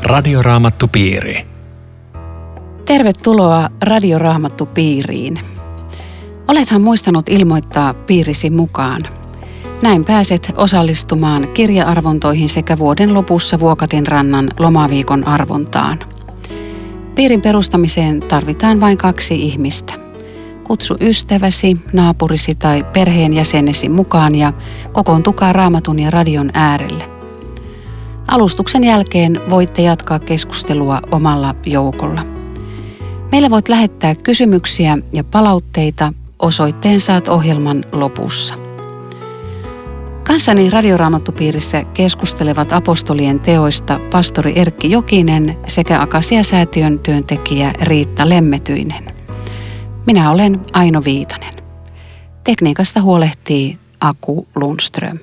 Radioraamattupiiri. Tervetuloa Radioraamattupiiriin. Olethan muistanut ilmoittaa piirisi mukaan. Näin pääset osallistumaan kirja-arvontoihin sekä vuoden lopussa Vuokatinrannan lomaviikon arvontaan. Piirin perustamiseen tarvitaan vain 2 ihmistä. Kutsu ystäväsi, naapurisi tai perheenjäsenesi mukaan ja kokoontukaa Raamatun ja radion äärelle. Alustuksen jälkeen voitte jatkaa keskustelua omalla joukolla. Meille voit lähettää kysymyksiä ja palautteita, osoitteen saat ohjelman lopussa. Kanssani Radioraamattupiirissä keskustelevat apostolien teoista pastori Erkki Jokinen sekä Akasia-säätiön työntekijä Riitta Lemmetyinen. Minä olen Aino Viitanen. Tekniikasta huolehtii Aku Lundström.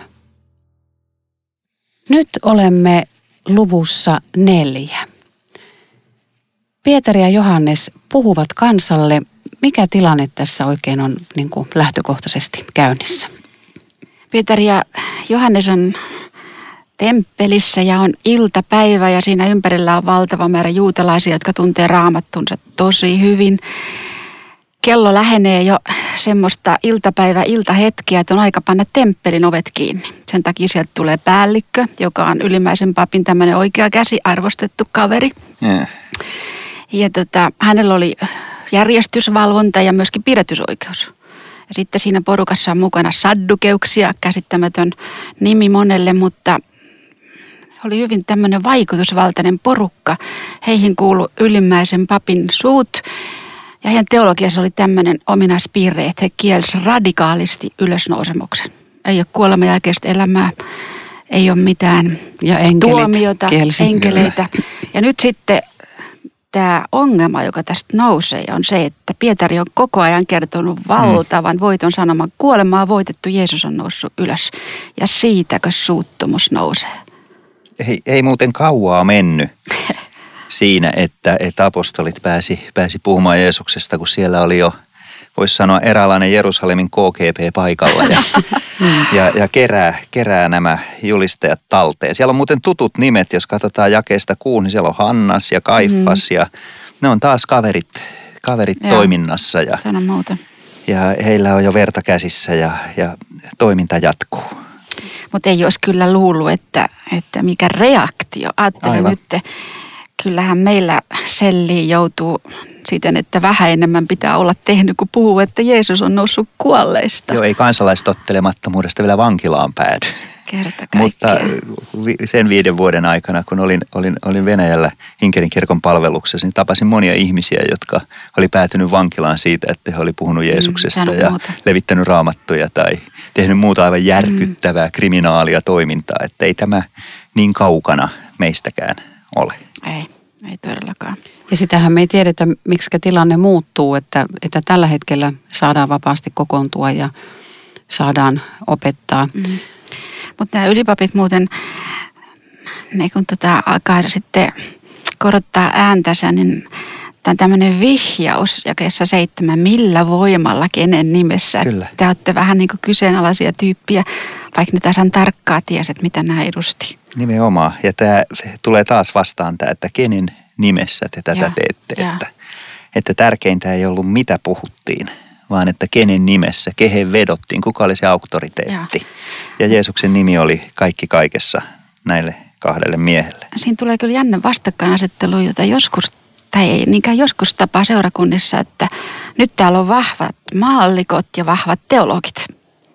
Nyt olemme luvussa 4. Pietari ja Johannes puhuvat kansalle. Mikä tilanne tässä oikein on lähtökohtaisesti käynnissä? Pietari ja Johannes on temppelissä ja on iltapäivä ja siinä ympärillä on valtava määrä juutalaisia, jotka tuntee raamattunsa tosi hyvin. Kello lähenee jo semmoista iltahetkeä, että on aika panna temppelin ovet kiinni. Sen takia sieltä tulee päällikkö, joka on ylimmäisen papin tämmöinen oikea käsi, arvostettu kaveri. Ja hänellä oli järjestysvalvonta ja myöskin pidätysoikeus. Ja sitten siinä porukassa on mukana saddukeuksia, käsittämätön nimi monelle, mutta oli hyvin tämmöinen vaikutusvaltainen porukka. Heihin kuului ylimmäisen papin suut. Ja heidän teologiassa oli tämmöinen ominaispiirre, että he kielsivät radikaalisti ylösnousemuksen. Ei ole kuoleman jälkeistä elämää, ei ole mitään tuomiota, enkeleitä. Ja nyt sitten tämä ongelma, joka tästä nousee, on se, että Pietari on koko ajan kertonut valtavan voiton sanoman. Kuolema on voitettu, Jeesus on noussut ylös. Ja siitäkö suuttumus nousee? Ei muuten kauaa mennyt siinä, että apostolit pääsi puhumaan Jeesuksesta, kun siellä oli jo, voisi sanoa, eräänlainen Jerusalemin KGB paikalla ja kerää nämä julistajat talteen. Siellä on muuten tutut nimet, jos katsotaan jakeesta 6, niin siellä on Hannas ja Kaifas ja ne on taas kaverit toiminnassa. Ja heillä on jo verta käsissä ja toiminta jatkuu. Mutta ei olisi kyllä luullut, että mikä reaktio. Ajattelen nyt, kyllähän meillä selliin joutuu siten, että vähän enemmän pitää olla tehnyt, kun puhuu, että Jeesus on noussut kuolleista. Joo, ei kansalaistottelemattomuudesta vielä vankilaan päädy. Kerta Mutta sen 5 vuoden aikana, kun olin Venäjällä Hinkerin kirkon palveluksessa, niin tapasin monia ihmisiä, jotka oli päätynyt vankilaan siitä, että he oli puhunut Jeesuksesta ja levittänyt raamattuja tai tehnyt muuta aivan järkyttävää kriminaalia toimintaa. Että ei tämä niin kaukana meistäkään ole. Ei todellakaan. Ja sitähän me ei tiedetä, miksi tilanne muuttuu, että tällä hetkellä saadaan vapaasti kokoontua ja saadaan opettaa. Mutta nämä ylipapit muuten, ne kun alkaa sitten korottaa ääntänsä, niin tämä on tämmöinen vihjaus jakeessa 7, millä voimalla, kenen nimessä. Kyllä. Te olette vähän niin kuin kyseenalaisia tyyppiä, vaikka ne tasan tarkkaan tiesit, mitä nämä edusti. Nimenomaan. Ja tämä tulee taas vastaan tämä, että kenen nimessä te tätä teette. Että tärkeintä ei ollut mitä puhuttiin, vaan että kenen nimessä, kehen vedottiin, kuka oli se auktoriteetti. Ja Jeesuksen nimi oli kaikki kaikessa näille 2 miehelle. Siinä tulee kyllä jännä vastakkainasettelu, jota joskus, tai ei niinkään joskus tapaa seurakunnissa, että nyt täällä on vahvat maallikot ja vahvat teologit.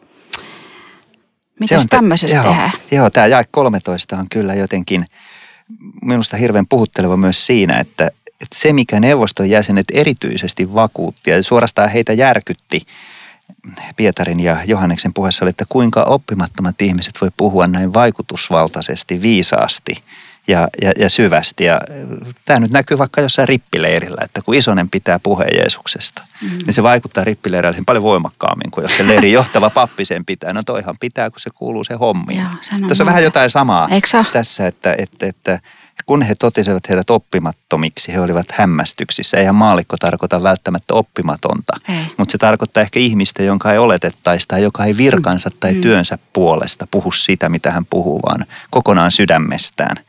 Mitäs tämmöisessä tehdään? Joo, tämä jae 13 on kyllä jotenkin minusta hirveän puhutteleva myös siinä, että se mikä neuvoston jäsenet erityisesti vakuutti ja suorastaan heitä järkytti Pietarin ja Johanneksen puheessa oli, että kuinka oppimattomat ihmiset voi puhua näin vaikutusvaltaisesti, viisaasti ja syvästi. Ja tämä nyt näkyy vaikka jossain rippileirillä, että kun isonen pitää puheen Jeesuksesta, niin se vaikuttaa rippileirillä paljon voimakkaammin kuin jos se leirin johtava pappi sen pitää. No toihan pitää, kun se kuuluu se hommiin. Tässä on vähän jotain samaa tässä, että kun he totesivat heidät oppimattomiksi, he olivat hämmästyksissä. Eihän maallikko tarkoita välttämättä oppimatonta, mutta se tarkoittaa ehkä ihmistä, jonka ei oletettaisi tai joka ei virkansa tai työnsä puolesta puhu sitä, mitä hän puhuu, vaan kokonaan sydämestään.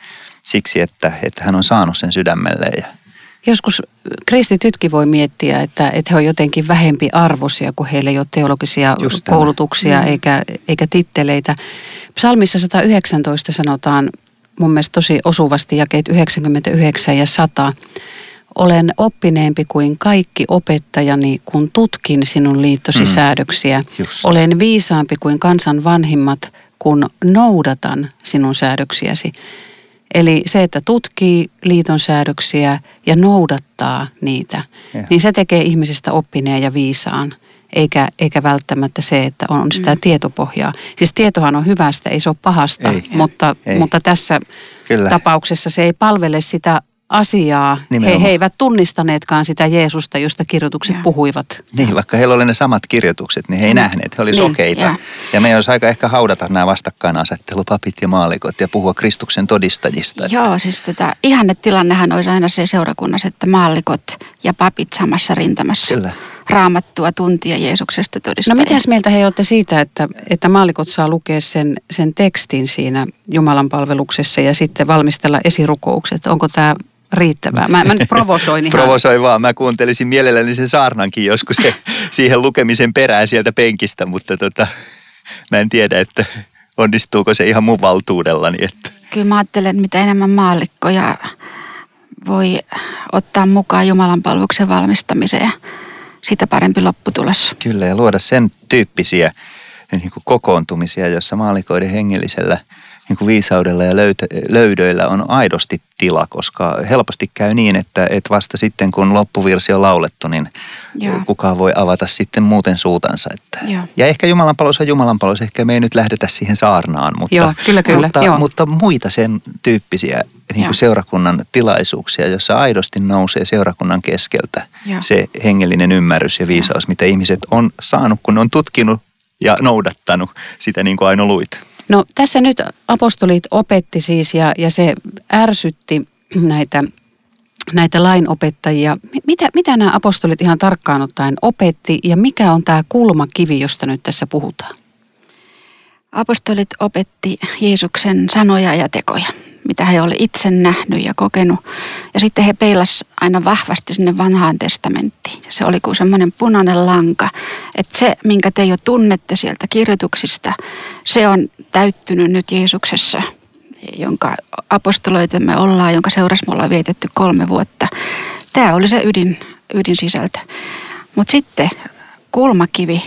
siksi, että hän on saanut sen sydämelleen. Joskus kristitytkin voi miettiä, että he on jotenkin vähempi arvoisia, kun heillä ei ole teologisia koulutuksia eikä titteleitä. Psalmissa 119 sanotaan mun mielestä tosi osuvasti jakeet 99 ja 100. Olen oppineempi kuin kaikki opettajani, kun tutkin sinun liittosi säädöksiä. Just. Olen viisaampi kuin kansan vanhimmat, kun noudatan sinun säädöksiäsi. Eli se, että tutkii liiton säädöksiä ja noudattaa niitä, niin se tekee ihmisestä oppineen ja viisaan. Eikä välttämättä se, että on sitä tietopohjaa. Siis tietohan on hyvästä, ei se ole pahasta, mutta tässä tapauksessa se ei palvele sitä asiaa. He eivät tunnistaneetkaan sitä Jeesusta, josta kirjoitukset puhuivat. Niin, vaikka heillä oli ne samat kirjoitukset, niin he ei nähneet. He oli sokeita. Ja meidän olisi aika ehkä haudata nämä vastakkainasettelu, papit ja maallikot ja puhua Kristuksen todistajista. Joo, siis ihannetilannehan olisi aina se seurakunnassa, että maallikot ja papit samassa rintamassa. Kyllä. Raamattua tuntia Jeesuksesta todistajia. No mitäs mieltä he olette siitä, että maallikot saa lukea sen tekstin siinä Jumalan palveluksessa ja sitten valmistella esirukoukset? Onko tämä riittävää? Mä nyt provosoin ihan. Provosoin vaan. Mä kuuntelisin mielelläni sen saarnankin joskus siihen lukemisen perään sieltä penkistä, mutta mä en tiedä, että onnistuuko se ihan mun valtuudellani. Että. Kyllä mä ajattelen, että mitä enemmän maallikkoja voi ottaa mukaan Jumalan palveluksen valmistamiseen, sitä parempi lopputulos. Kyllä, ja luoda sen tyyppisiä niin kuin kokoontumisia, jossa maalikoiden hengellisellä niin kuin viisaudella ja löydöillä on aidosti tila, koska helposti käy niin, että vasta sitten kun loppuvirsi on laulettu, niin kukaan voi avata sitten muuten suutansa. Ja ehkä jumalanpalvelus on jumalanpalvelus, ehkä me ei nyt lähdetä siihen saarnaan, mutta muita sen tyyppisiä niin kuin seurakunnan tilaisuuksia, jossa aidosti nousee seurakunnan keskeltä se hengellinen ymmärrys ja viisaus, mitä ihmiset on saanut, kun on tutkinut ja noudattanut sitä niin kuin Aino luit. No tässä nyt apostolit opetti siis ja se ärsytti näitä lainopettajia. Mitä nämä apostolit ihan tarkkaan ottaen opetti ja mikä on tämä kulmakivi, josta nyt tässä puhutaan? Apostolit opetti Jeesuksen sanoja ja tekoja, mitä he oli itse nähnyt ja kokenut. Ja sitten he peilasivat aina vahvasti sinne vanhaan testamenttiin. Se oli kuin semmoinen punainen lanka, että se, minkä te jo tunnette sieltä kirjoituksista, se on täyttynyt nyt Jeesuksessa, jonka apostoloitamme ollaan, jonka seurassa me ollaan vietetty 3 vuotta. Tämä oli se ydinsisältö. Mutta sitten kulmakivi.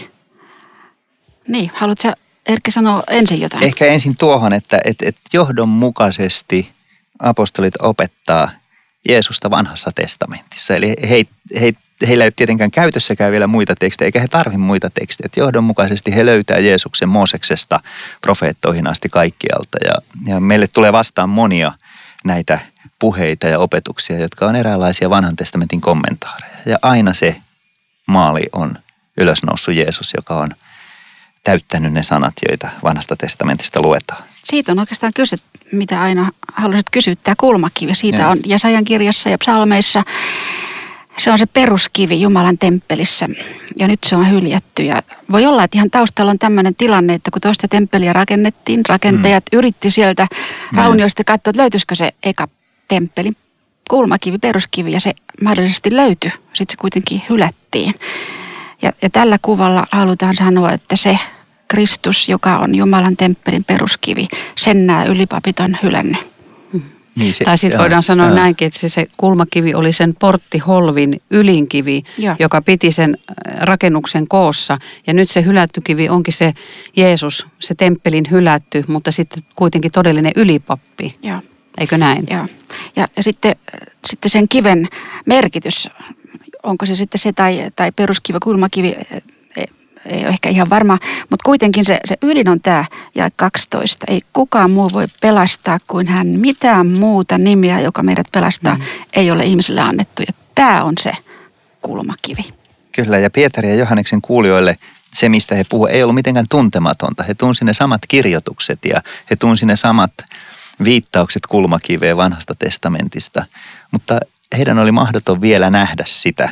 Niin, haluatko Erkki sanoa ensin jotain? Ehkä ensin tuohon, että johdonmukaisesti apostolit opettaa Jeesusta vanhassa testamentissa. Eli heillä ei ole tietenkään käytössäkään vielä muita tekstejä, eikä he tarvitse muita tekstejä. Että johdonmukaisesti he löytää Jeesuksen Mooseksesta profeettoihin asti kaikkialta. Ja meille tulee vastaan monia näitä puheita ja opetuksia, jotka on eräänlaisia vanhan testamentin kommentaareja. Ja aina se maali on ylösnoussut Jeesus, joka on täyttänyt ne sanat, joita vanhasta testamentista luetaan. Siitä on oikeastaan kyse, mitä aina haluaisit kysyä, tämä kulmakivi. Siitä on Jesajan kirjassa ja psalmeissa. Se on se peruskivi Jumalan temppelissä ja nyt se on hyljätty. Ja voi olla, että ihan taustalla on tämmöinen tilanne, että kun toista temppeliä rakennettiin, rakentajat yritti sieltä raunioista katsoa, että löytyisikö se eka temppelin kulmakivi, peruskivi ja se mahdollisesti löytyi. Sitten se kuitenkin hylättiin. Ja tällä kuvalla halutaan sanoa, että se Kristus, joka on Jumalan temppelin peruskivi, sen nämä ylipapit on hylännyt. Niin tai sitten voidaan sanoa näinkin, että se kulmakivi oli sen porttiholvin ylinkivi, joka piti sen rakennuksen koossa. Ja nyt se hylätty kivi onkin se Jeesus, se temppelin hylätty, mutta sitten kuitenkin todellinen ylipappi. Joo. Eikö näin? Joo. Ja sitten sen kiven merkitys, onko se sitten se tai peruskivi, kulmakivi, ei ole ehkä ihan varma, mutta kuitenkin se ydin on tämä jae 12. Ei kukaan muu voi pelastaa kuin hän. Mitään muuta nimiä, joka meidät pelastaa, ei ole ihmisille annettu. Ja tämä on se kulmakivi. Kyllä, ja Pietari ja Johanneksen kuulijoille se, mistä he puhuivat, ei ollut mitenkään tuntematonta. He tunsi ne samat kirjoitukset ja he tunsi ne samat viittaukset kulmakiveen vanhasta testamentista. Mutta heidän oli mahdoton vielä nähdä sitä.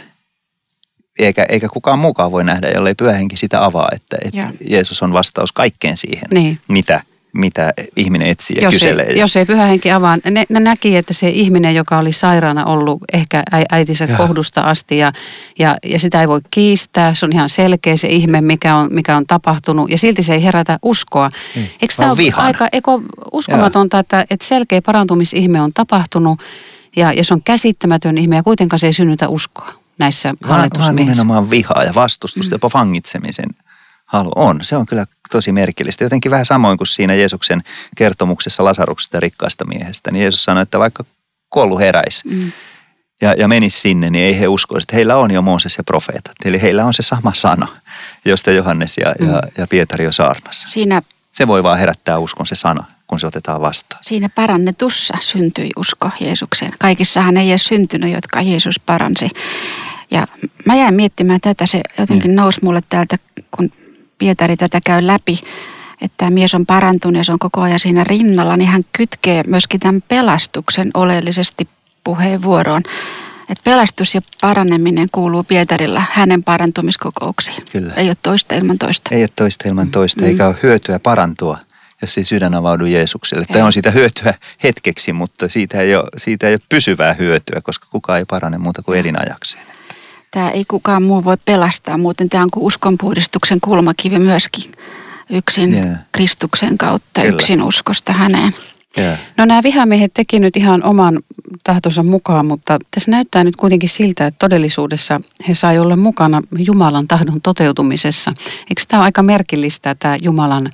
Eikä kukaan muukaan voi nähdä, jollei Pyhä Henki sitä avaa, että Jeesus on vastaus kaikkeen siihen, mitä ihminen etsii ja kyselee. Jos ei Pyhä Henki avaa, ne näki, että se ihminen, joka oli sairaana ollut ehkä äitinsä kohdusta asti ja sitä ei voi kiistää, se on ihan selkeä se ihme, mikä on tapahtunut ja silti se ei herätä uskoa. Eikö tämä ole aika uskomatonta, että selkeä parantumisihme on tapahtunut ja se on käsittämätön ihme ja kuitenkaan se ei synnytä uskoa näissä hallitusmiehissä. Vaan nimenomaan vihaa ja vastustusta, jopa vangitsemisen halu on. Se on kyllä tosi merkillistä. Jotenkin vähän samoin kuin siinä Jeesuksen kertomuksessa Lasaruksesta ja rikkaasta miehestä, niin Jeesus sanoi, että vaikka kuollut heräisi ja menisi sinne, niin ei he uskoisi, että heillä on jo Mooses ja profeetat. Eli heillä on se sama sana, josta Johannes ja Pietari jo saarnassa. Se voi vaan herättää uskon se sana, kun se otetaan vastaan. Siinä parannetussa syntyi usko Jeesukseen. Kaikissahan ei edes syntynyt, jotka Jeesus paransi. Ja mä jäin miettimään tätä, se jotenkin nousi mulle täältä, kun Pietari tätä käy läpi, että tämä mies on parantunut ja se on koko ajan siinä rinnalla, niin hän kytkee myöskin tämän pelastuksen oleellisesti puheenvuoroon. Että pelastus ja paraneminen kuuluu Pietarilla hänen parantumiskokouksiin. Kyllä. Ei ole toista ilman toista. Ei ole toista ilman toista, eikä ole hyötyä parantua, jos ei sydän avaudu Jeesukselle. Tämä on siitä hyötyä hetkeksi, mutta siitä ei ole pysyvää hyötyä, koska kukaan ei parane muuta kuin elinajakseen. Tämä ei kukaan muu voi pelastaa, muuten tämä on kuin uskonpuhdistuksen kulmakivi myöskin yksin Kristuksen kautta, yksin uskosta häneen. No nämä vihamiehet teki nyt ihan oman tahtonsa mukaan, mutta tässä näyttää nyt kuitenkin siltä, että todellisuudessa he sai olla mukana Jumalan tahdon toteutumisessa. Eikö tämä ole aika merkillistä, tämä Jumalan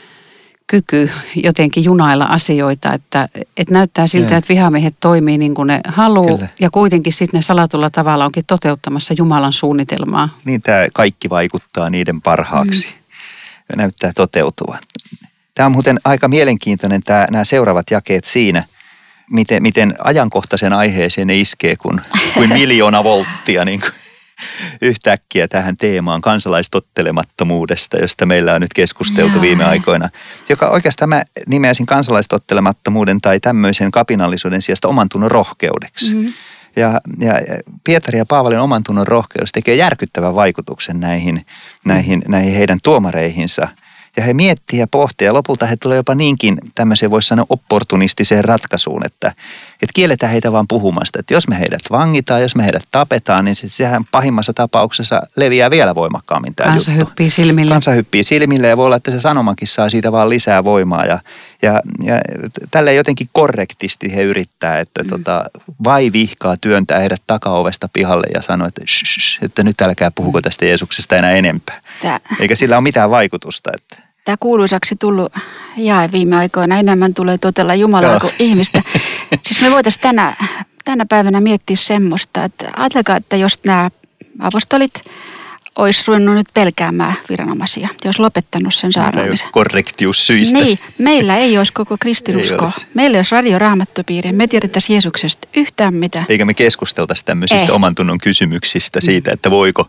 kyky jotenkin junailla asioita, että näyttää siltä, että vihamiehet toimii niin kuin ne haluaa ja kuitenkin sitten ne salatulla tavalla onkin toteuttamassa Jumalan suunnitelmaa. Niin tämä kaikki vaikuttaa niiden parhaaksi ja näyttää toteutuvan. Tämä on muuten aika mielenkiintoinen nämä seuraavat jakeet siinä, miten ajankohtaisen aiheeseen ne iskee kuin 1,000,000 volttia niin kuin yhtäkkiä tähän teemaan kansalaistottelemattomuudesta, josta meillä on nyt keskusteltu viime aikoina. Joka oikeastaan mä nimeäisin kansalaistottelemattomuuden tai tämmöisen kapinallisuuden sijasta omantunnon rohkeudeksi. Ja Pietari ja Paavalin omantunnon rohkeus tekee järkyttävän vaikutuksen näihin heidän tuomareihinsa. Ja he miettii ja pohtii ja lopulta he tulee jopa niinkin tämmöiseen voisi sanoa opportunistiseen ratkaisuun, että kielletään heitä vaan puhumasta. Että jos me heidät vangitaan, jos me heidät tapetaan, niin sehän pahimmassa tapauksessa leviää vielä voimakkaammin tämä juttu. Kansa hyppii silmille ja voi olla, että se sanomakin saa siitä vaan lisää voimaa. Ja tällä jotenkin korrektisti he yrittää, että vai vihkaa työntää heidät takaovesta pihalle ja sanoo, että nyt älkää puhuko tästä Jeesuksesta enää enempää. Eikä sillä ole mitään vaikutusta, että tämä kuuluisaksi tullut jae viime aikoina enemmän tulee totella Jumalaa kuin ihmistä. Siis me voitaisiin tänä päivänä miettiä semmoista, että ajatelkaa, että jos nämä apostolit olisi ruvennut nyt pelkäämään viranomaisia, jos lopettanut sen saarnaamisen. Korrektiussyistä. Niin, meillä ei olisi koko kristinuskoa. Meillä ei olisi radioraamattopiiriä. Me tiedettäisiin Jeesuksesta yhtään mitään. Eikä me keskusteltaisi tämmöisistä oman tunnon kysymyksistä siitä, että voiko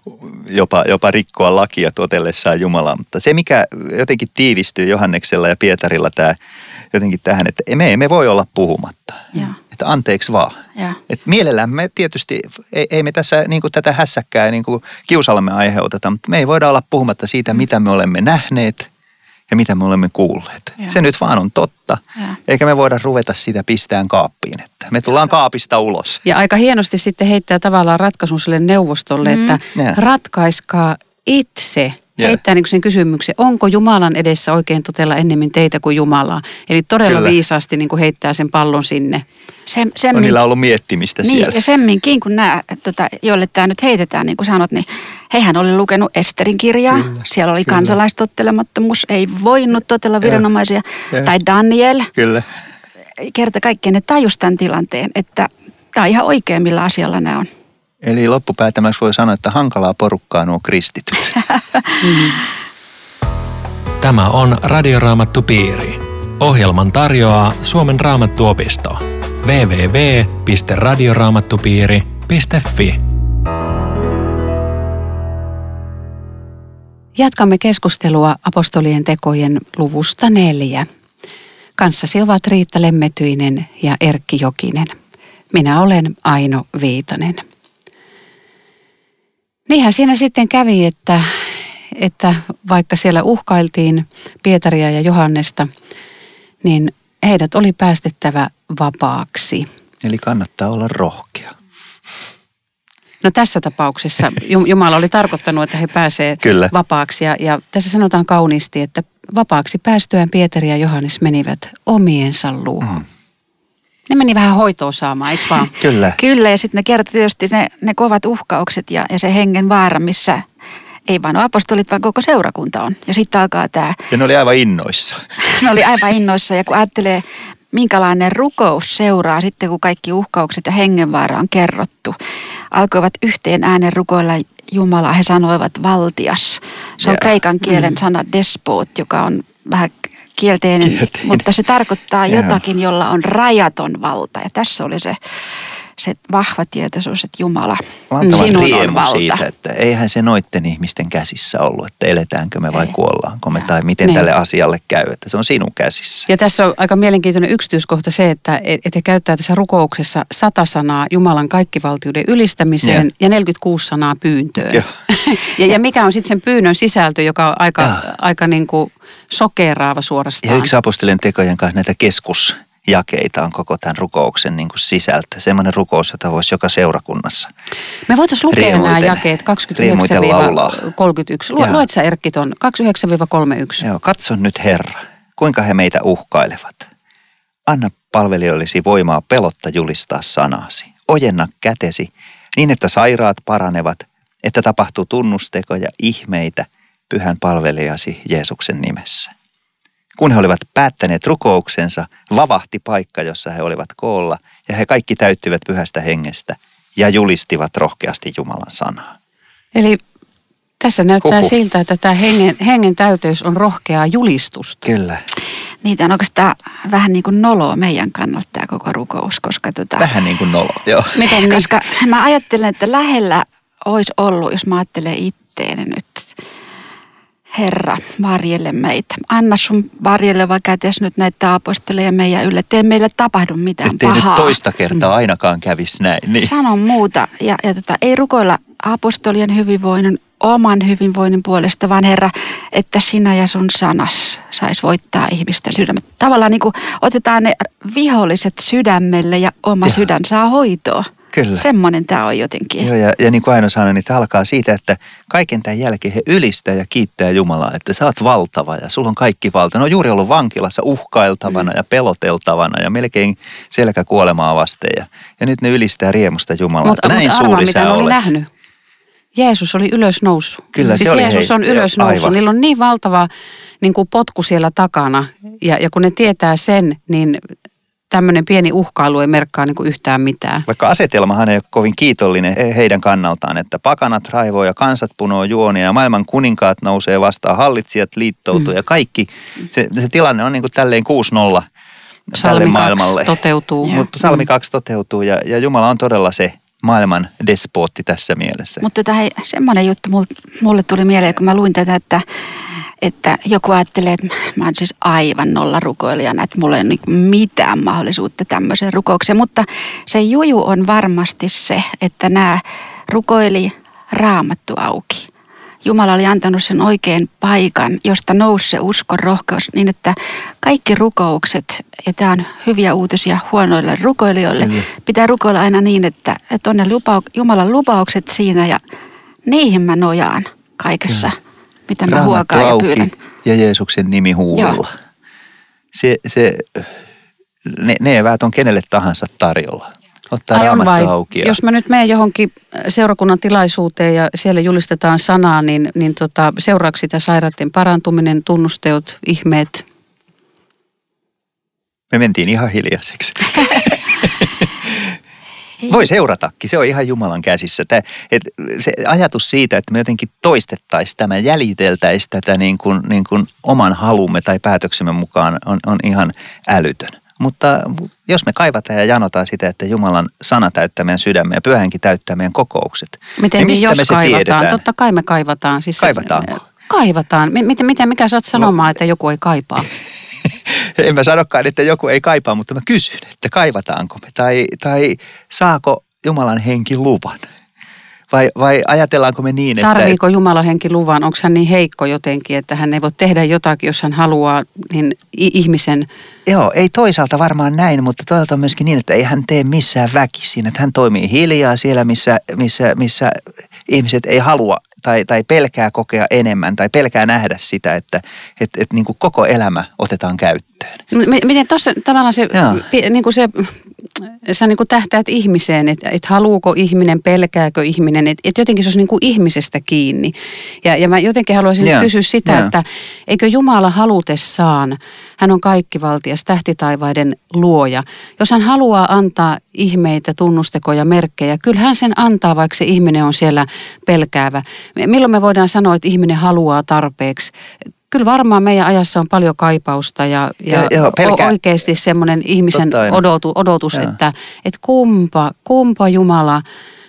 jopa rikkoa lakia totellessaan Jumalaa. Mutta se, mikä jotenkin tiivistyy Johanneksella ja Pietarilla jotenkin tähän, että me emme voi olla puhumatta. Että anteeksi vaan. Että mielellään me tietysti, ei me tässä niin kuin tätä hässäkkää niin kuin kiusallamme aiheuteta, mutta me ei voida olla puhumatta siitä, mitä me olemme nähneet ja mitä me olemme kuulleet. Se nyt vaan on totta. Eikä me voida ruveta sitä pistään kaappiin. Että me tullaan kaapista ulos. Ja aika hienosti sitten heittää tavallaan ratkaisun sille neuvostolle, että ratkaiskaa itse. Heittää niin sen kysymyksen, onko Jumalan edessä oikein totella ennemmin teitä kuin Jumalaa. Eli todella viisaasti niin kuin heittää sen pallon sinne. On niillä ollut miettimistä siellä. Niin, ja semminkin, kun nämä, joille tämä nyt heitetään, niin kuin sanot, niin hehän oli lukenut Esterin kirjaa. Siellä oli kansalaistottelemattomuus, ei voinut totella viranomaisia. Tai Daniel. Kyllä. Kerta kaikkiaan ne tajus tämän tilanteen, että tämä on ihan oikein, millä asialla nämä on. Eli loppupäätämäksi voi sanoa, että hankalaa porukkaa nuo kristityt. Tämä on Radioraamattupiiri. Ohjelman tarjoaa Suomen Raamattuopisto. www.radioraamattupiiri.fi. Jatkamme keskustelua apostolien tekojen luvusta 4. Kanssasi ovat Riitta Lemmetyinen ja Erkki Jokinen. Minä olen Aino Viitanen. Niinhän siinä sitten kävi, että että vaikka siellä uhkailtiin Pietaria ja Johannesta, niin heidät oli päästettävä vapaaksi. Eli kannattaa olla rohkea. No tässä tapauksessa Jumala oli tarkoittanut, että he pääsevät vapaaksi. Ja tässä sanotaan kauniisti, että vapaaksi päästyään Pietari ja Johannes menivät omiensa luuhun. Ne meni vähän hoitoa saamaan, eikö vaan? Kyllä. Kyllä, ja sitten ne kertoi tietysti ne kovat uhkaukset ja se hengen vaara, missä ei vain apostolit, vaan koko seurakunta on. Ja sitten alkaa tämä. Ja ne oli aivan innoissa. Ne oli aivan innoissa, ja kun ajattelee, minkälainen rukous seuraa sitten, kun kaikki uhkaukset ja hengenvaara on kerrottu. Alkoivat yhteen äänen rukoilla Jumalaa, he sanoivat valtias. Se on kreikan kielen sana despot, joka on vähän kielteinen. Mutta se tarkoittaa jotakin, jolla on rajaton valta. Ja tässä oli se vahva tietoisuus, että Jumala, sinun on valta. Siitä, että eihän se noitten ihmisten käsissä ollut, että eletäänkö me vai kuollaanko me tai miten tälle asialle käy, että se on sinun käsissä. Ja tässä on aika mielenkiintoinen yksityiskohta se, että he käyttää tässä rukouksessa 100 sanaa Jumalan kaikkivaltiuden ylistämiseen ja 46 sanaa pyyntöön. ja mikä on sitten sen pyynnön sisältö, joka on aika niin kuin sokeraava suorastaan. Ja yksi apostolien tekojen kanssa näitä keskusjakeita on koko tämän rukouksen niin kuin sisältö. Semmoinen rukous, jota voisi joka seurakunnassa. Me voitaisiin lukea nämä jakeet 29-31. Luet sä Erkki ton 29-31. Joo, katso nyt Herra, kuinka he meitä uhkailevat. Anna palvelijoillesi voimaa pelotta julistaa sanasi. Ojenna kätesi niin, että sairaat paranevat, että tapahtuu tunnustekoja, ihmeitä pyhän palvelijasi Jeesuksen nimessä. Kun he olivat päättäneet rukouksensa, vavahti paikka, jossa he olivat koolla, ja he kaikki täyttyivät pyhästä hengestä ja julistivat rohkeasti Jumalan sanaa. Eli tässä näyttää siltä, että tämä hengen täyteys on rohkeaa julistusta. Kyllä. Niitä on oikeastaan vähän niin kuin noloa meidän kannalta tämä koko rukous, koska vähän niin kuin noloa, joo. Miten koska mä ajattelen, että lähellä olisi ollut, jos mä ajattelen itteeni nyt, Herra, varjelle meitä. Anna sun varjeleva kätes nyt näitä apostoleja meidän ylle. Tee meille tapahdu mitään pahaa. Ettei nyt toista kertaa ainakaan kävisi näin. Niin. Sano muuta. Ja ei rukoilla apostolien hyvinvoinnin, oman hyvinvoinnin puolesta, vaan Herra, että sinä ja sun sanas sais voittaa ihmisten sydämet. Tavallaan niin kuin otetaan ne viholliset sydämelle ja oma sydän saa hoitoa. Kyllä. Semmoinen tämä on jotenkin. Joo, ja niin kuin Aino sanoi, niin tämä alkaa siitä, että kaiken tämän jälkeen he ylistää ja kiittää Jumalaa, että sä oot valtava ja sulla on kaikki valta. Ne on juuri ollut vankilassa uhkailtavana ja peloteltavana ja melkein selkä kuolemaa vasten. Ja nyt ne ylistää riemusta Jumalaa, mutta näin arvaa, suuri mitä sä olet. Oli nähnyt. Jeesus oli ylösnoussut. Kyllä, siis se oli Jeesus on ylösnoussut. Niillä on niin valtava niin kuin potku siellä takana ja kun ne tietää sen, niin tämmöinen pieni uhkailu ei merkkaa niin kuin yhtään mitään. Vaikka asetelmahan ei ole kovin kiitollinen heidän kannaltaan, että pakanat raivoo ja kansat punoo juonia ja maailman kuninkaat nousee vastaan, hallitsijat liittoutuu ja kaikki. Se tilanne on niin kuin tälleen 6-0 tälle maailmalle. Toteutuu. Mutta Psalmi 2 toteutuu ja Jumala on todella se maailman despootti tässä mielessä. Mutta semmoinen juttu mulle tuli mieleen, kun mä luin tätä, että joku ajattelee, että mä oon siis aivan nolla rukoilijana, että mulla ei ole mitään mahdollisuutta tämmöiseen rukoukseen. Mutta se juju on varmasti se, että nämä rukoili Raamattu auki. Jumala oli antanut sen oikean paikan, josta nousi se uskon rohkeus niin, että kaikki rukoukset, ja tämä on hyviä uutisia huonoille rukoilijoille, pitää rukoilla aina niin, että on ne Jumalan lupaukset siinä ja niihin mä nojaan kaikessa. Mitä mä huokaan ja pyydän. Ja Jeesuksen nimi huudella. Ne eväät on kenelle tahansa tarjolla. Ottaa Raamattu auki. Jos mä nyt menen johonkin seurakunnan tilaisuuteen ja siellä julistetaan sanaa, niin seuraako sitä sairaiden parantuminen, tunnusteot, ihmeet? Me mentiin ihan hiljaiseksi. Voi seuratakin, se on ihan Jumalan käsissä. Se ajatus siitä, että me jotenkin toistettaisiin tämä, jäljiteltäisiin tätä niin kuin oman halumme tai päätöksemme mukaan on ihan älytön. Mutta jos me kaivataan ja janotaan sitä, että Jumalan sana täyttää meidän sydämme ja pyhänkin täyttää meidän kokoukset, miten niin jos me se kaivataan? Tiedetään? Totta kai me kaivataan. Siis kaivataanko? Kaivataan. Mikä sä oot sanomaan, että joku ei kaipaa? En mä sanokaan, että joku ei kaipaa, mutta mä kysyn, että kaivataanko me tai saako Jumalan henki luvan. Vai ajatellaanko me niin, että... Tarviiko Jumalan henki luvan? Onko hän niin heikko jotenkin, että hän ei voi tehdä jotakin, jos hän haluaa niin ihmisen... Joo, ei toisaalta varmaan näin, mutta toisaalta on myöskin niin, että ei hän tee missään väkisin. Että hän toimii hiljaa siellä, missä ihmiset ei halua tai pelkää kokea enemmän tai pelkää nähdä sitä, että niin kuin koko elämä otetaan käyttöön. Miten tuossa tavallaan se, niin kuin se sä niin kuin tähtäät ihmiseen, että haluuko ihminen, pelkääkö ihminen, että jotenkin se olisi niin kuin ihmisestä kiinni. Ja mä jotenkin haluaisin kysyä sitä, että eikö Jumala halutessaan, hän on kaikkivaltias, tähtitaivaiden luoja. Jos hän haluaa antaa ihmeitä, tunnustekoja, merkkejä, kyllä hän sen antaa, vaikka se ihminen on siellä pelkäävä. Milloin me voidaan sanoa, että ihminen haluaa tarpeeksi? Kyllä varmaan meidän ajassa on paljon kaipausta ja oikeasti semmoinen ihmisen odotus, että kumpa Jumala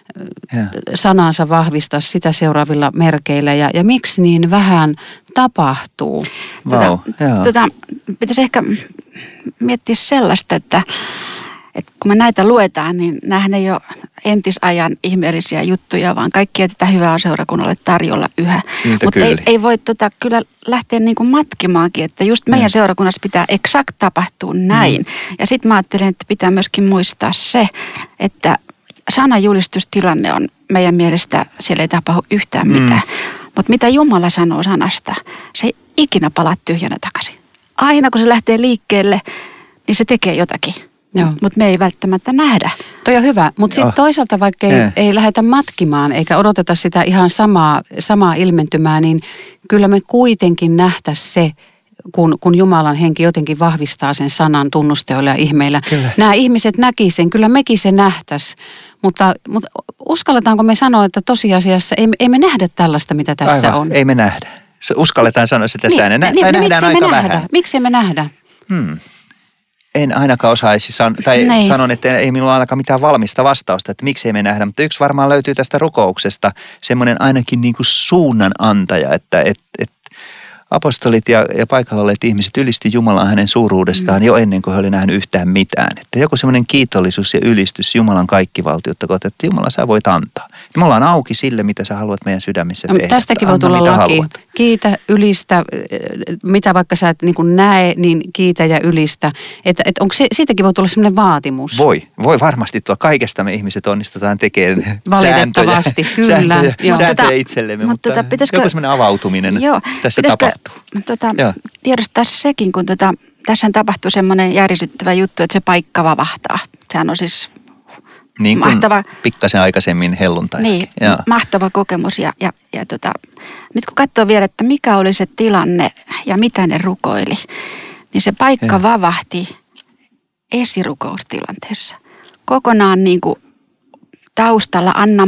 sanansa vahvistaa sitä seuraavilla merkeillä ja miksi niin vähän tapahtuu. Wow, pitäisi ehkä miettiä sellaista, että kun me näitä luetaan, niin näähän ei ole entisajan ihmeellisiä juttuja, vaan kaikkia tätä hyvää on seurakunnalle tarjolla yhä. Mutta ei voi kyllä lähteä niin kuin matkimaankin, että just meidän seurakunnassa pitää eksakt tapahtua näin. Ja sitten mä ajattelen, että pitää myöskin muistaa se, että sananjulistustilanne on meidän mielestä, siellä ei tapahdu yhtään mitään. Mutta mitä Jumala sanoo sanasta, se ei ikinä palaa tyhjänä takaisin. Aina kun se lähtee liikkeelle, niin se tekee jotakin. Mutta me ei välttämättä nähdä. Toi on hyvä, mutta sitten toisaalta vaikka ei lähdetä matkimaan eikä odoteta sitä ihan samaa ilmentymää, niin kyllä me kuitenkin nähtäisiin se, kun Jumalan henki jotenkin vahvistaa sen sanan tunnusteoilla ja ihmeillä. Kyllä. Nämä ihmiset näki sen, kyllä mekin se nähtäisi, mutta uskalletaanko me sanoa, että tosiasiassa ei me nähdä tällaista, mitä tässä on? Ei me nähdä. Uskalletaan sanoa sitä säännön. Tai nähdään aika vähän. Miksi me nähdä? En ainakaan osaisi sanon, että ei minulla ainakaan mitään valmista vastausta, että miksi ei me nähdä. Mutta yksi varmaan löytyy tästä rukouksesta, semmoinen ainakin niin kuin suunnanantaja, että apostolit ja paikalla olleet ihmiset ylisti Jumalaa hänen suuruudestaan jo ennen kuin he oli nähnyt yhtään mitään. Että joku semmoinen kiitollisuus ja ylistys Jumalan kaikkivaltiutta kohtaan, että Jumala sä voit antaa. Ja me ollaan auki sille, mitä sä haluat meidän sydämissä tehdä. Tästäkin voi tulla laki. Haluat. Kiitä, ylistä, mitä vaikka sä et niin kuin näe, niin kiitä ja ylistä. Että onko siitäkin voi tulla semmoinen vaatimus? Voi varmasti tulla. Kaikesta me ihmiset onnistutaan tekemään valitettavasti, sääntöjä itsellemme, mutta joku semmoinen avautuminen tässä tapahtuu. Tiedostaa sekin, kun tässä tapahtuu semmoinen järisyttävä juttu, että se paikka vavahtaa. Sehän on siis niin mahtava, pikkasen aikaisemmin helluntai. Niin, mahtava kokemus. Ja nyt kun katsoo vielä, että mikä oli se tilanne ja mitä ne rukoili, niin se paikka vavahti esirukoustilanteessa. Kokonaan niin kuin taustalla, anna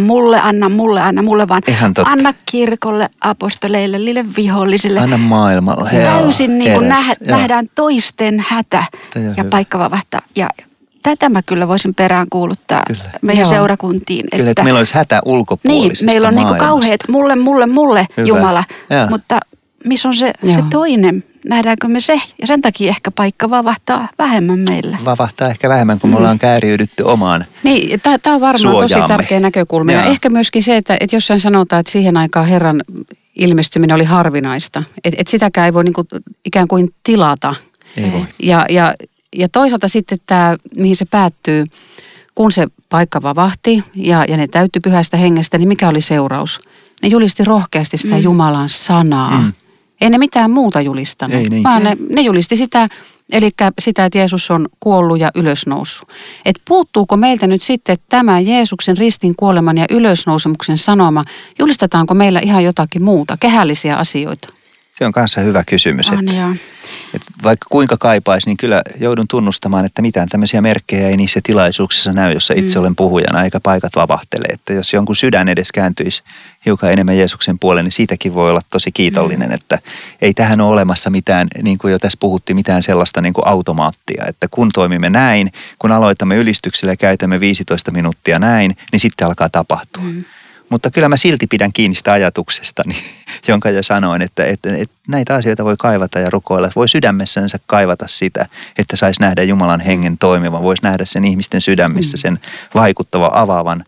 mulle, vaan anna kirkolle, apostoleille, niille vihollisille. Anna maailmalle. Täysin niin kuin nähdään toisten hätä ja paikka vavahtaa. Ja tätä mä kyllä voisin peräänkuuluttaa meidän seurakuntiin. Kyllä, että meillä olisi hätä ulkopuolisesta meillä on niin kuin kauheat mulle hyvä. Jumala, mutta missä on se toinen? Nähdäänkö me se? Ja sen takia ehkä paikka vavahtaa vähemmän meillä. Vavahtaa ehkä vähemmän, kun me ollaan kääriydytty omaan Niin, tämä on varmaan tosi tärkeä näkökulma. Ja ehkä myöskin se, että jossain sanotaan, että siihen aikaan Herran ilmestyminen oli harvinaista. Että sitäkään ei voi niinku ikään kuin tilata. Ei voi. Ja toisaalta sitten tämä, mihin se päättyy, kun se paikka vavahti ja ne täyttyi pyhästä hengestä, niin mikä oli seuraus? Ne julisti rohkeasti sitä Jumalan sanaa. Ei ne mitään muuta julistanut, vaan ne julisti sitä, eli sitä, että Jeesus on kuollut ja ylösnoussut. Et puuttuuko meiltä nyt sitten tämä Jeesuksen ristin kuoleman ja ylösnousemuksen sanoma, julistetaanko meillä ihan jotakin muuta, kehällisiä asioita? Se on kanssa hyvä kysymys. Että vaikka kuinka kaipaisi, niin kyllä joudun tunnustamaan, että mitään tämmöisiä merkkejä ei niissä tilaisuuksissa näy, jossa itse olen puhujana, eikä paikat vavahtele. Että jos jonkun sydän edes kääntyisi hiukan enemmän Jeesuksen puoleen, niin siitäkin voi olla tosi kiitollinen. Että ei tähän ole olemassa mitään, niin kuin jo tässä puhuttiin, mitään sellaista niin kuin automaattia. Että kun toimimme näin, kun aloitamme ylistyksellä ja käytämme 15 minuuttia näin, niin sitten alkaa tapahtua. Mutta kyllä mä silti pidän kiinni sitä ajatuksestani, jonka jo sanoin, että näitä asioita voi kaivata ja rukoilla. Voi sydämessänsä kaivata sitä, että saisi nähdä Jumalan hengen toimivan. Voisi nähdä sen ihmisten sydämissä sen vaikuttavan, avaavan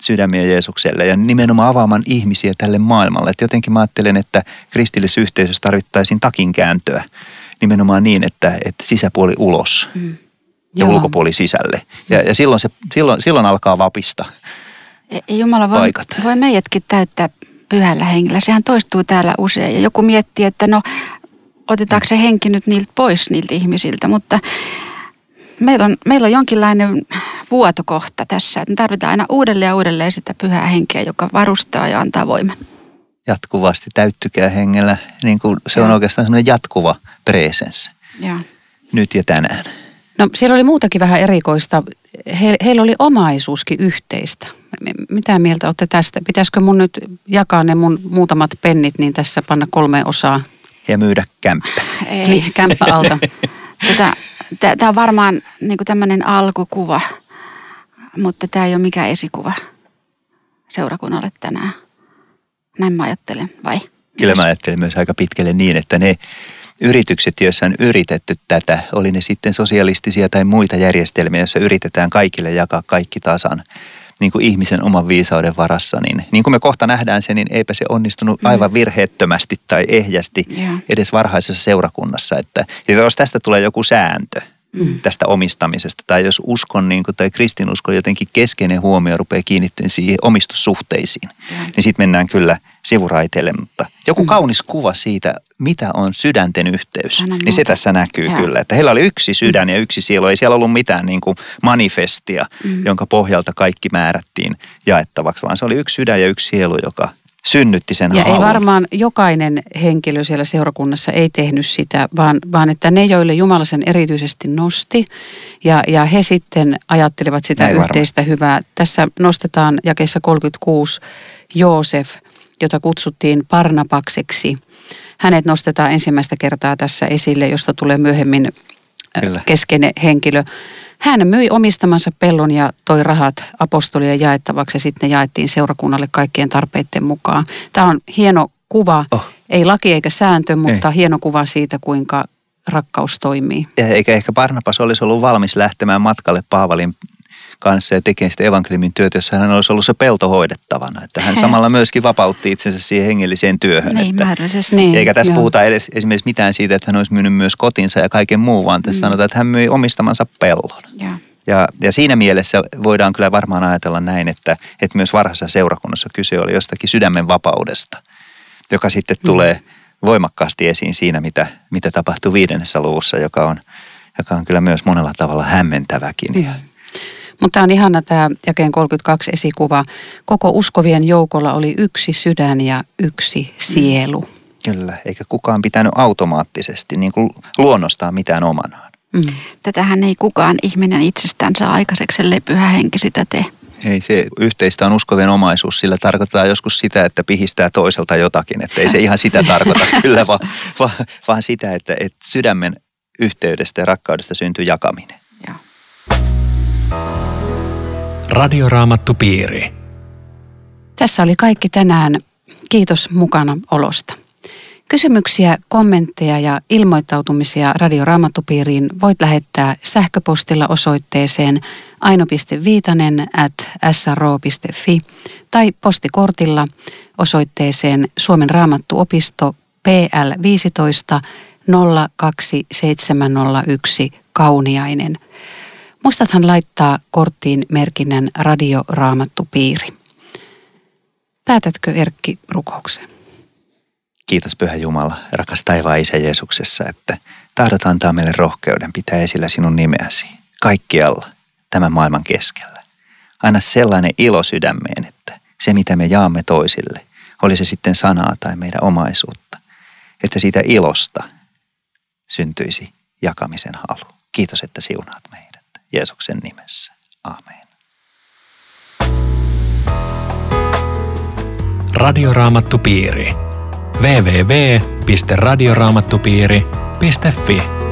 sydämiä Jeesukselle ja nimenomaan avaamaan ihmisiä tälle maailmalle. Et jotenkin mä ajattelen, että kristillisessä yhteisössä tarvittaisiin takinkääntöä nimenomaan niin, että sisäpuoli ulos ja ulkopuoli sisälle. Ja silloin alkaa vapista Jumala voi meidätkin täyttää Pyhällä Hengellä. Sehän toistuu täällä usein ja joku miettii, että no otetaanko se henki nyt pois niiltä ihmisiltä, mutta meillä on jonkinlainen vuotokohta tässä. Että me tarvitaan aina uudelleen ja uudelleen sitä Pyhää Henkeä, joka varustaa ja antaa voiman. Jatkuvasti täyttykää hengellä. Niin kuin se on oikeastaan semmoinen jatkuva presence. Nyt ja tänään. No siellä oli muutakin vähän erikoista. Heillä oli omaisuuskin yhteistä. Mitä mieltä olette tästä? Pitäisikö mun nyt jakaa ne mun muutamat pennit, niin tässä panna 3 osaa? Ja myydä kämppä. Ei, kämppä alta. Tämä on varmaan niin kuin tämmöinen alkukuva, mutta tämä ei ole mikään esikuva seurakunnalle tänään. Näin mä ajattelen, vai? Kyllä mä ajattelen myös aika pitkälle niin, että ne yritykset, joissa on yritetty tätä, oli ne sitten sosialistisia tai muita järjestelmiä, joissa yritetään kaikille jakaa kaikki tasan, niin kuin ihmisen oman viisauden varassa, niin kuin me kohta nähdään sen, niin eipä se onnistunut aivan virheettömästi tai ehjästi edes varhaisessa seurakunnassa. Ja jos tästä tulee joku sääntö tästä omistamisesta, tai jos uskon tai kristinuskon jotenkin keskeinen huomio rupeaa kiinnittämään siihen omistussuhteisiin, niin sitten mennään kyllä sivuraiteille. Mutta joku kaunis kuva siitä, mitä on sydänten yhteys, niin se tässä näkyy kyllä. Että heillä oli yksi sydän ja yksi sielu. Ei siellä ollut mitään niin kuin manifestia, jonka pohjalta kaikki määrättiin jaettavaksi, vaan se oli yksi sydän ja yksi sielu, joka synnytti sen ja halun. Ei varmaan jokainen henkilö siellä seurakunnassa ei tehnyt sitä, vaan että ne, joille Jumala sen erityisesti nosti ja he sitten ajattelivat sitä näin yhteistä varmasti. hyvää. Tässä nostetaan jakeessa 36 Joosef, jota kutsuttiin Barnabakseksi. Hänet nostetaan ensimmäistä kertaa tässä esille, josta tulee myöhemmin keskeinen henkilö. Hän myi omistamansa pellon ja toi rahat apostolien jaettavaksi ja sitten ne jaettiin seurakunnalle kaikkien tarpeiden mukaan. Tämä on hieno kuva, ei laki eikä sääntö, mutta hieno kuva siitä, kuinka rakkaus toimii. Eikä ehkä Barnabas olisi ollut valmis lähtemään matkalle Paavalin kanssa ja tekemään sitä evankeliumin työtä, jossa hän olisi ollut se pelto hoidettavana. Että hän samalla myöskin vapautti itsensä siihen hengelliseen työhön. Niin, mahdollisesti. Eikä tässä puhuta esimerkiksi mitään siitä, että hän olisi myynyt myös kotinsa ja kaiken muu, vaan tässä sanotaan, että hän myi omistamansa pellon. Ja siinä mielessä voidaan kyllä varmaan ajatella näin, että myös varhaisessa seurakunnassa kyse oli jostakin sydämen vapaudesta, joka sitten tulee voimakkaasti esiin siinä, mitä tapahtuu 5. luvussa, joka on kyllä myös monella tavalla hämmentäväkin. Mutta on ihana tämä jakeen 32 esikuva. Koko uskovien joukolla oli yksi sydän ja yksi sielu. Kyllä, eikä kukaan pitänyt automaattisesti niin kuin luonnostaan mitään omanaan. Tätähän ei kukaan ihminen itsestään saa aikaiseksi, ellei Pyhä Henki sitä tee. Ei, se yhteistä on uskovien omaisuus, sillä tarkoittaa joskus sitä, että pihistää toiselta jotakin. Että ei se ihan sitä tarkoita kyllä, vaan sitä, että sydämen yhteydestä ja rakkaudesta syntyy jakaminen. Joo. Radioraamattupiiri. Tässä oli kaikki tänään. Kiitos mukana olosta. Kysymyksiä, kommentteja ja ilmoittautumisia Radioraamattupiiriin voit lähettää sähköpostilla osoitteeseen aino.viitanen@sro.fi tai postikortilla osoitteeseen Suomen Raamattuopisto PL 15 02701 Kauniainen. Muistathan laittaa korttiin merkinnän Radioraamattupiiri. Päätätkö Erkki rukouksen? Kiitos Pyhä Jumala, rakas taivaan Isä Jeesuksessa, että tahdot antaa meille rohkeuden pitää esillä sinun nimeäsi kaikkialla tämän maailman keskellä. Anna sellainen ilo sydämeen, että se mitä me jaamme toisille, oli se sitten sanaa tai meidän omaisuutta, että siitä ilosta syntyisi jakamisen halu. Kiitos, että siunaat meidät. Jeesuksen nimessä. Amen. Radioraamattupiiri. www.radioraamattupiiri.fi